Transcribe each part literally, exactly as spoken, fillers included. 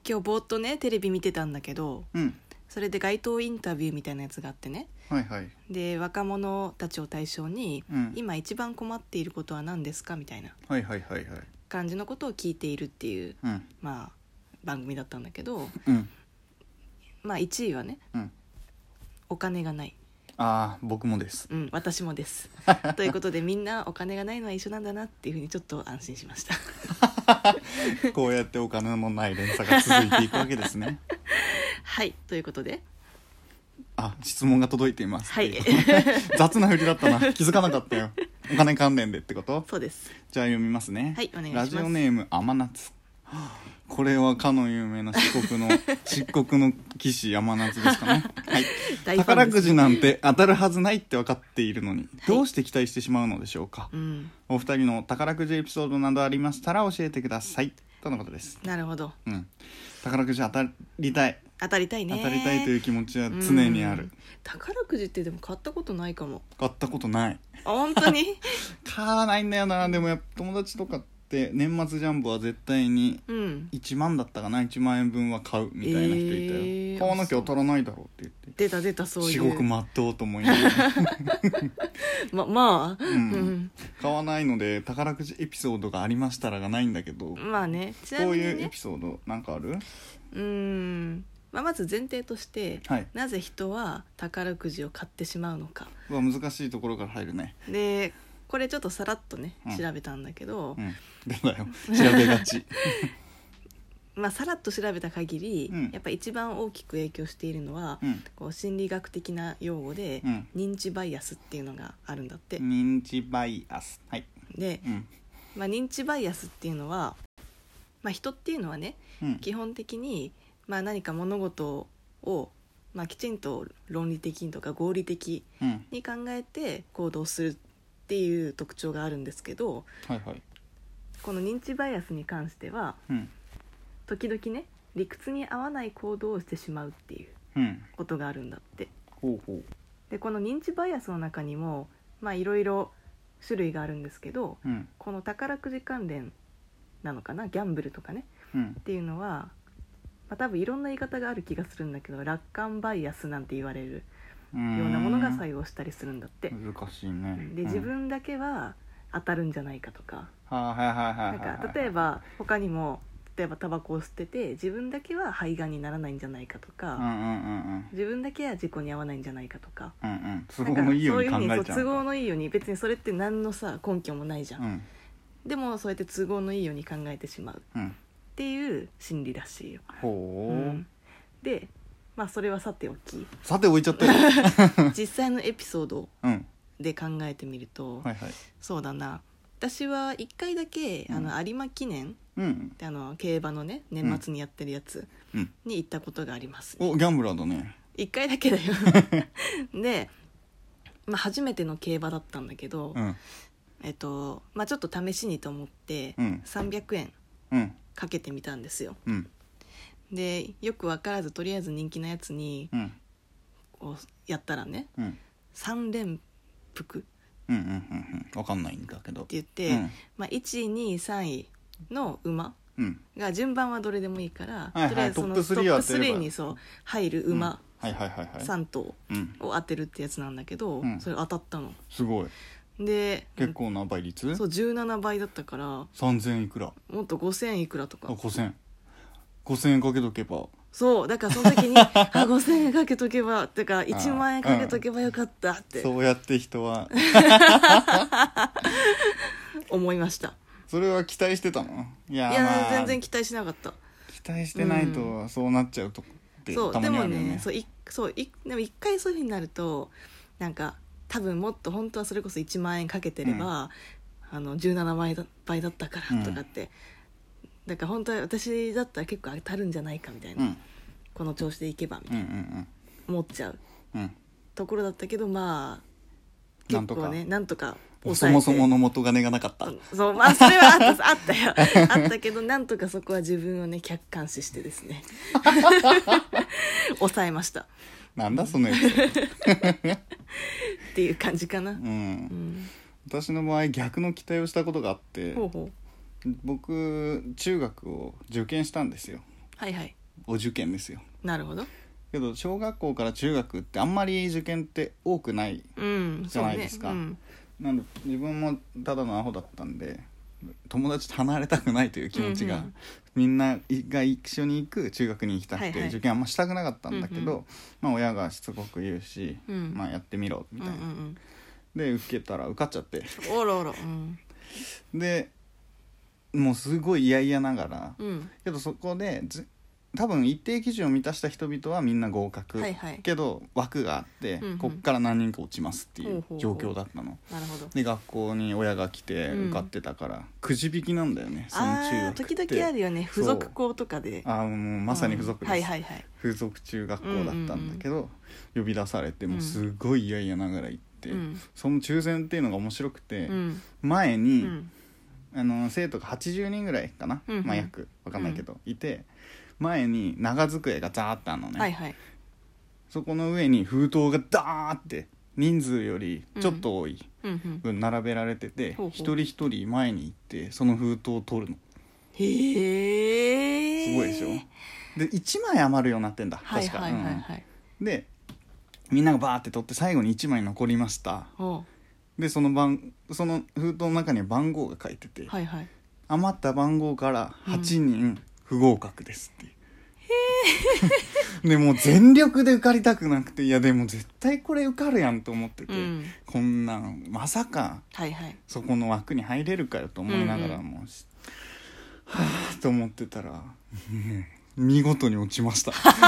今日ぼーっとねテレビ見てたんだけど、 うん、 それで街頭インタビューみたいなやつがあってね、 はいはい、 で若者たちを対象に、 うん、 今一番困っていることは何ですかみたいなはいはいはいはい、 感じのことを聞いているっていう、 うん、 まあ番組だったんだけど、 うん、 まあいちいはね、 うん、 お金がない。 ああ僕もです。 うん、私もですということでみんなお金がないのは一緒なんだなっていうふうにちょっと安心しましたこうやってお金もない連鎖が続いていくわけですねはいということで、 あ、質問が届いています。 はい雑な振りだったな、気づかなかったよ。お金関連でってこと？ そうです。 じゃあ読みますね。 はい、お願いします。 ラジオネーム天夏。これはかの有名な四国の漆黒の騎士山夏ですかね。はい。宝くじなんて当たるはずないって分かっているのに、どうして期待してしまうのでしょうか。はい、うん、お二人の宝くじエピソードなどありましたら教えてくださいとのことです。 なるほど。 うん。宝くじ当たりたい。 当たりたいね。 当たりたいという気持ちは常にある。 宝くじってでも買ったことないかも。 買ったことない。 あ、本当に買わないんだよな。でもやっぱ友達とかって年末ジャンボは絶対にいちまんだったかな、いちまん円分は買うみたいな人いたよ、えー、買わなきゃ当たらないだろうって言って出た出た、そういう至極まっとうと思いながらま, まあ、うんうん、買わないので宝くじエピソードがありましたらがないんだけど、 まあね、 ちなみにね、こういうエピソードなんかある？ うーん、まあ、まず前提として、 はい、 なぜ人は宝くじを買ってしまうのかは難しいところから入るね。 でこれちょっとさらっとね、 うん、 調べたんだけど、 うん、だよ調べがちまあさらっと調べた限り、 うん、 やっぱ一番大きく影響しているのは、 うん、 こう心理学的な用語で、うん、認知バイアスっていうのがあるんだって。 認知バイアス、はい。 で、うん、まあ、認知バイアスっていうのは、まあ、人っていうのはね、うん、基本的に、まあ、何か物事を、まあ、きちんと論理的にとか合理的に考えて行動するっていう特徴があるんですけど、 はいはい、 この認知バイアスに関しては、うん、時々ね理屈に合わない行動をしてしまうっていうことがあるんだって、うん、ほうほう。でこの認知バイアスの中にもまあいろいろ種類があるんですけど、うん、この宝くじ関連なのかな、ギャンブルとかね、うん、っていうのは、まあ、多分いろんな言い方がある気がするんだけど、楽観バイアスなんて言われるようなものが作用したりするんだって。 難しいね。 で、自分だけは当たるんじゃないかとか、 なんか例えば他にも例えばタバコを吸ってて自分だけは肺がんにならないんじゃないかとか、うんうんうんうん、自分だけは事故に遭わないんじゃないかとか、うんうん、 都合のいいように考えちゃう。 都合のいいように、別にそれって何のさ根拠もないじゃん、うん、でもそうやって都合のいいように考えてしまうっていう心理らしいよ。ほう、うん、でまあそれはさておきさて置いちゃったよ実際のエピソードで考えてみると、うん、はいはい、そうだな、私はいっかいだけ、うん、あの有馬記念、うん、あの競馬のね年末にやってるやつに行ったことがあります、 ね、うん、おギャンブラーだね。 いっかいだけだよで、まあ、初めての競馬だったんだけど、うん、えっとまあ、ちょっと試しにと思って、うん、さんびゃくえんかけてみたんですよ、うん、でよく分からずとりあえず人気なやつに、うん、こうやったらね、うん、さん連複うんうんうんうん、分かんないんだけどって言って、うん、まあ、いちいにいさんいの馬が順番はどれでもいいから、うん、とりあえずそのトップスリーにそう入る馬さん頭を当てるってやつなんだけど、うん、それ当たったの。 すごい。 で結構な倍率？ そうじゅうななばいだったからさんぜんいくら、 もっとごせんいくらとか。 あ、ごせんごせんえんかけとけば、 そうだからその時にあごせんえんかけとけばってかいちまんえんかけとけばよかったって、 うん、そうやって人は思いました。 それは期待してたの？いや、 いや、 まあ、 全然期待しなかった。 期待してないとそうなっちゃうとってたまにあるよね。 そうでもね、そういそういでも一回そういう風になるとなんか多分もっと本当はそれこそいちまんえんかけてれば、うん、あのじゅうななばいだったからとかって、うん、だから本当は私だったら結構当たるんじゃないかみたいな、うん、この調子でいけばみたいな、うんうんうん、思っちゃう、うん、ところだったけど、まあ結構ねなんとかそもそもの元金がなかった。 そう、まあそれはあったあったよあったけど、なんとかそこは自分をね客観視してですね抑えました。 なんだそのやつっていう感じかな、うんうん、 私の場合逆の期待をしたことがあって、 ほうほう、 僕中学を受験したんですよ。 はいはい、 お受験ですよ。 なるほど。 けど小学校から中学ってあんまり受験って多くないじゃないですか、うんねうん、なんで自分もただのアホだったんで友達と離れたくないという気持ちが、うんうん、みんなが一緒に行く中学に行きたくて、はいはい、受験あんましたくなかったんだけど、うんうん、まあ、親がしつこく言うし、うん、まあ、やってみろみたいな、うんうん、で受けたら受かっちゃっておらおら、うん、 でもうすごい嫌々ながら、 うん、 けどそこでず多分一定基準を満たした人々はみんな合格、はいはい、けど枠があって、うんうん、こっから何人か落ちますっていう状況だったの。 なるほど。 で学校に親が来て受かってたから、うん、くじ引きなんだよね、その中学って。 時々あるよね、付属校とかで。 あもうまさに付属です、 うんはいはいはい、 付属中学校だったんだけど、うんうんうん、呼び出されてもうすごい嫌々ながら行って、うん、その抽選っていうのが面白くて、うん、前に、うん、あの生徒がはちじゅうにんぐらいかな、うんうん、まあ約分かんないけど、うん、いて前に長机がザーってあるのね、 はいはい、 そこの上に封筒がダーって人数よりちょっと多い分並べられてて、うんうん、一人一人前に行ってその封筒を取るの。 へえ、 すごいでしょ。でいちまい余るようになってんだ確か、はいはいはいはい、うん、でみんながバーって取って最後にいちまい残りました。でその番その封筒の中には番号が書いてて、 はいはい、 余った番号からはちにん不合格ですっていう、うん、でもう全力で受かりたくなくて、いやでも絶対これ受かるやんと思ってて、うん、こんなんまさかそこの枠に入れるかよと思いながらも、うんうん、はぁと思ってたら、うん、見事に落ちました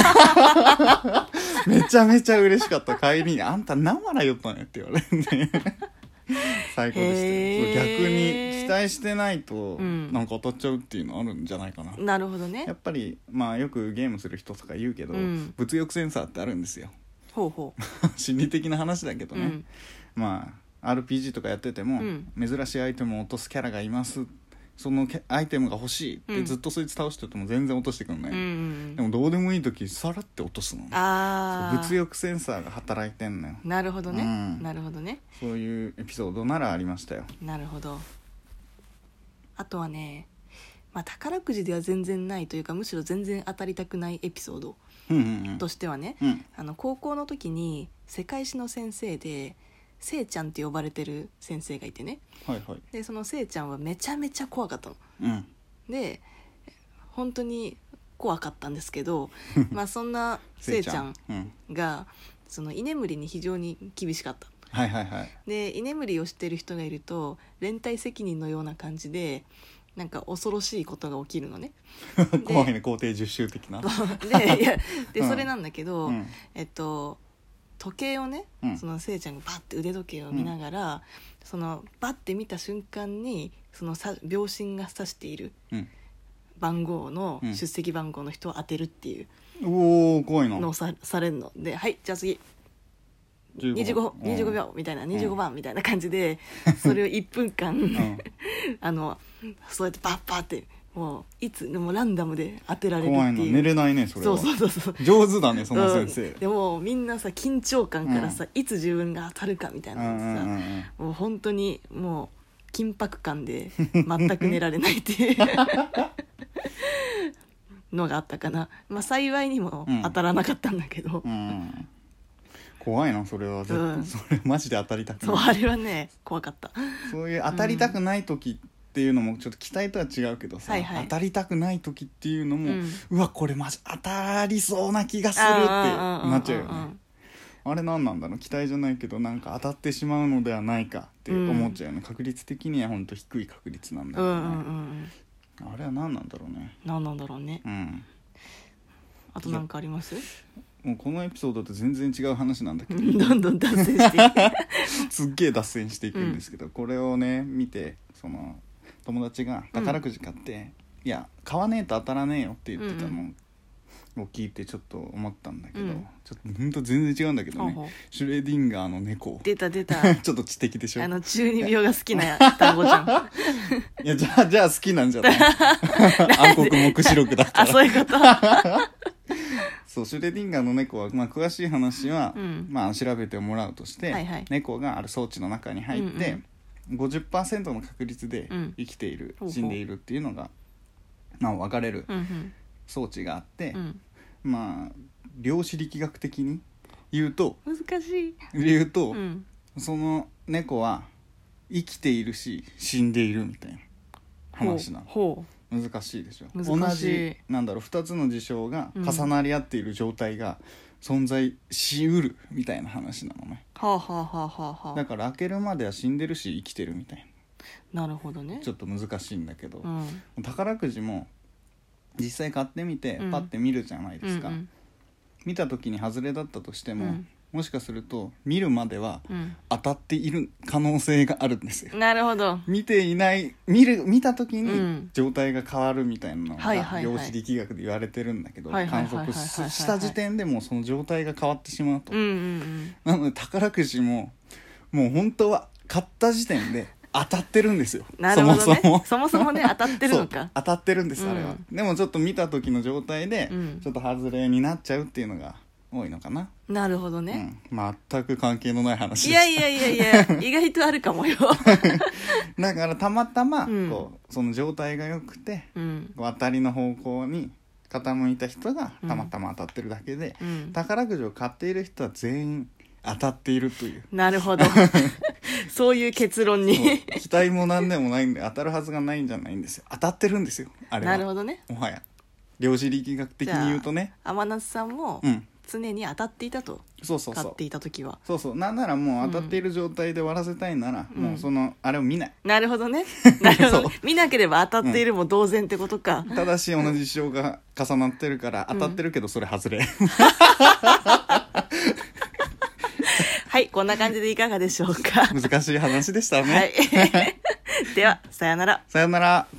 めちゃめちゃ嬉しかった。帰りにあんた何笑いよったんやって言われるんで最高でしたよ。逆に期待してないとなんか当たっちゃうっていうのあるんじゃないかな、 うん、なるほどね。 やっぱりまあよくゲームする人とか言うけど、うん、物欲センサーってあるんですよ。 ほうほう心理的な話だけどね、うん、まあ アールピージー とかやってても、うん、珍しいアイテムを落とすキャラがいます、そのアイテムが欲しいってずっとそいつ倒してても全然落としてくんない、うん、でもどうでもいい時さらって落とすの。 あ物欲センサーが働いてんのよ。 なるほどね、うん、なるほどね。 そういうエピソードならありましたよ。 なるほど。あとはね、まあ、宝くじでは全然ないというかむしろ全然当たりたくないエピソードとしてはね、 うんうんうん、 あの高校の時に世界史の先生でせいちゃんって呼ばれてる先生がいてね、 はいはい、 でそのせいちゃんはめちゃめちゃ怖かったの、 うん、 で本当に怖かったんですけどまあそんなせいちゃんが、うん、その居眠りに非常に厳しかった、 はいはいはい、 で居眠りをしてる人がいると連帯責任のような感じでなんか恐ろしいことが起きるのね怖いね、皇帝十週的なで, いやで、うん、それなんだけど、 うん、 えっと時計をね、うん、そのせいちゃんがバッて腕時計を見ながら、うん、そのバッて見た瞬間にそのさ秒針が指している番号の、うん、出席番号の人を当てるっていうおー怖いなのを さ, されるので、はいじゃあ次にじゅうご、にじゅうごびょうみたいな、にじゅうごばんみたいな感じで、うん、それをいっぷんかん、うん、あのそうやってバッバッってもういつでもランダムで当てられるっていう。怖いな、寝れないねそれは。 そうそうそうそう、 上手だねその先生、 うん、でもみんなさ緊張感からさ、うん、いつ自分が当たるかみたいなのさ、うんうんうん、もう本当にもう緊迫感で全く寝られないっていうのがあったかな。まあ幸いにも当たらなかったんだけど、 うんうん、怖いなそれは、うん、それマジで当たりたくない。 そうあれはね怖かった。 そういう当たりたくない時っていうのもちょっと期待とは違うけどさ、はいはい、当たりたくない時っていうのも、うん、うわこれマジ当たりそうな気がするってなっちゃうよね。あれ何なんだろう、期待じゃないけどなんか当たってしまうのではないかって思っちゃうよね、うん、確率的には本当低い確率なんだけどね、うんうんうん、あれは何なんだろうね。 何なんだろうね、 うん、 あと何かあります？ もうこのエピソードと全然違う話なんだけどどんどん脱線していくすっげえ脱線していくんですけど、うん、これをね見てその友達が宝くじ買って、うん、いや買わねえと当たらねえよって言ってたのを聞いてちょっと思ったんだけど、うん、ちょっとほんと全然違うんだけどね、うん、シュレディンガーの猫出た出たちょっと知的でしょ、 あの中二病が好きな単語じゃんいやじゃあじゃあ好きなんじゃない暗黒黙示録だからあそういうことそうシュレディンガーの猫は、まあ、詳しい話は、うんまあ、調べてもらうとして、はいはい、猫がある装置の中に入って、うんうんごじゅっパーセント の確率で生きている、うん、死んでいるっていうのが、まあ、分かれる、 うんうん、 装置があって、 うん、 まあ量子力学的に言うと難しい言うと、 うん、 その猫は生きているし死んでいるみたいな話なの。 ほうほう難しいでしょ。 難しい。 同じなんだろうふたつの事象が重なり合っている状態が存在しうるみたいな話なのね、 はあはあはあはあはあ、 だから開けるまでは死んでるし生きてるみたいな。なるほどね。 ちょっと難しいんだけど、 うん、 宝くじも実際買ってみてパッて見るじゃないですか、 うんうん、 見た時に外れだったとしても、 うん、 もしかすると見るまでは当たっている可能性があるんですよ、 うん、なるほど。 見ていない見る見た時に状態が変わるみたいなのが量子力学で言われてるんだけど、観測した時点でもうその状態が変わってしまうと、 うんうんうん、 なので宝くじももう本当は買った時点で当たってるんですよ。 なるほどね、 そもそもそもそもね当たってるのか。 当たってるんです、 うん、 あれは。でもちょっと見た時の状態でちょっと外れになっちゃうっていうのが多いのかな。 なるほどね、 うん、全く関係のない話です。いやいやいやいや意外とあるかもよだからたまたまこう、 うん、 その状態が良くて、 うん、 当たりの方向に傾いた人がたまたま当たってるだけで、うん、宝くじを買っている人は全員当たっているという。 なるほどそういう結論に期待も何でもないんで当たるはずがないんじゃないんですよ。当たってるんですよあれは。 なるほどね。 もはや量子力学的に言うとね、 天夏さんも常に当たっていたと、 うん、そうそうそう買っていた時はそうそうなんならもう当たっている状態で終わらせたいなら、うん、もうそのあれを見ない。 なるほどねなるほど見なければ当たっているも同然ってことか、 うん、ただし同じ事象が重なってるから当たってるけどそれ外れ、うんはい、こんな感じでいかがでしょうか。 難しい話でしたね。 はい、ではさよなら。 さよなら。